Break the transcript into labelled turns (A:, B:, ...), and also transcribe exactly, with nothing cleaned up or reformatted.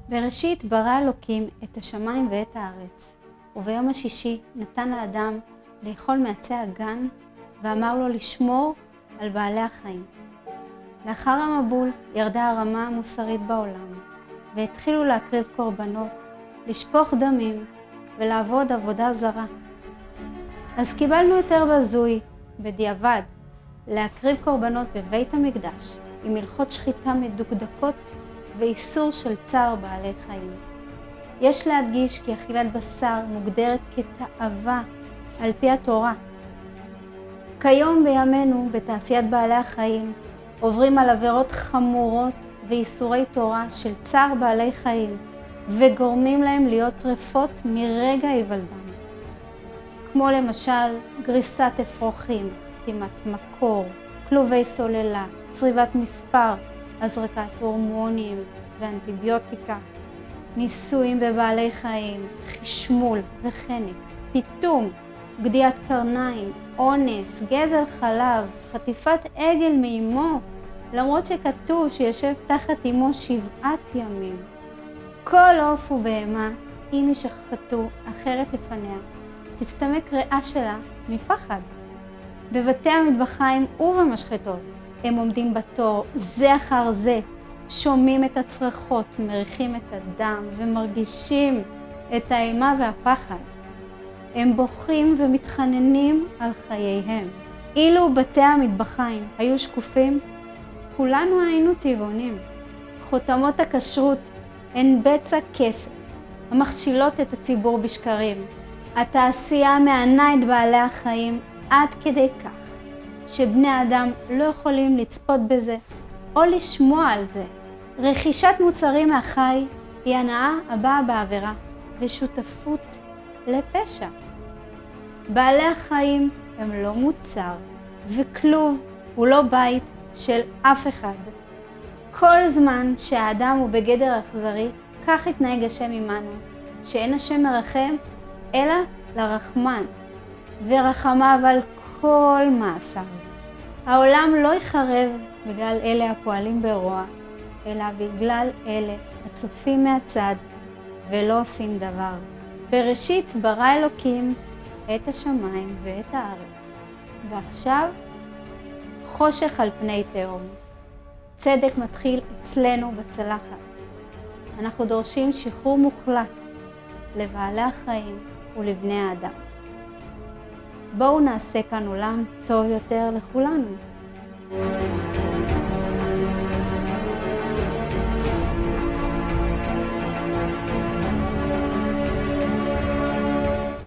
A: בראשית ברא אלוקים את השמיים ואת הארץ, וביום השישי נתן לאדם לאכול מעצי הגן, ואמר לו לשמור על בעלי החיים. לאחר המבול ירדה הרמה המוסרית בעולם, והתחילו להקריב קורבנות, לשפוך דמים ולעבוד עבודה זרה. אז קיבלנו יותר בזוי, בדיעבד, להקריב קורבנות בבית המקדש, עם הלכות שחיטה מדוקדקות ואיסור של צער בעלי חיים. יש להדגיש כי אכילת בשר מוגדרת כתאווה על פי התורה. כיום בימינו בתעשיית בעלי החיים עוברים על עבירות חמורות ואיסורי תורה של צער בעלי חיים, וגורמים להם להיות טרפות מרגע היוולדם. כמו למשל גריסת אפרוחים, קטימת מקור, כלובי סוללה, צריבת מספר, הזרקת הורמונים ואנטיביוטיקה, ניסויים בבעלי חיים, חשמול וחנק, פיתום, גדיעת קרניים, אונס, גזל חלב, חטיפת עגל מאמו, למרות שכתוב שישב תחת אמו שבעת ימים. כל עוף ובהמה, אם ישחטו אחרת לפניה, תצטמק ריאה שלה מפחד. בבתי המטבחיים ובמשחטות הם עומדים בתור זה אחר זה, שומעים את הצרחות, מריחים את הדם ומרגישים את האימה והפחד. הם בוכים ומתחננים על חייהם. אילו בתי המטבחיים היו שקופים, כולנו היינו טבעונים. חותמות הכשרות הן בצע כסף, המכשילות את הציבור בשקרים. התעשייה מענה את בעלי החיים עד כדי כך, שבני האדם לא יכולים לצפות בזה או לשמוע על זה. רכישת מוצרים מהחי היא הנאה הבאה בעבירה ושותפות לפשע. בעלי החיים הם לא מוצר, וכלוב הוא לא בית של אף אחד. כל זמן שהאדם הוא בגדר אכזרי, כך יתנהג השם עמנו, שאין השם מרחם אלא לרחמן, ורחמיו על כל מעשיו. העולם לא יחרב בגלל אלה הפועלים ברוע, אלא בגלל אלה הצופים מהצד ולא עושים דבר. בראשית ברא אלוקים את השמיים ואת הארץ, ועכשיו חושך על פני תהום. צדק מתחיל אצלנו בצלחת. אנחנו דורשים שחרור מוחלט לבעלי החיים ולבני האדם. בואו נעשה כאן עולם טוב יותר לכולנו.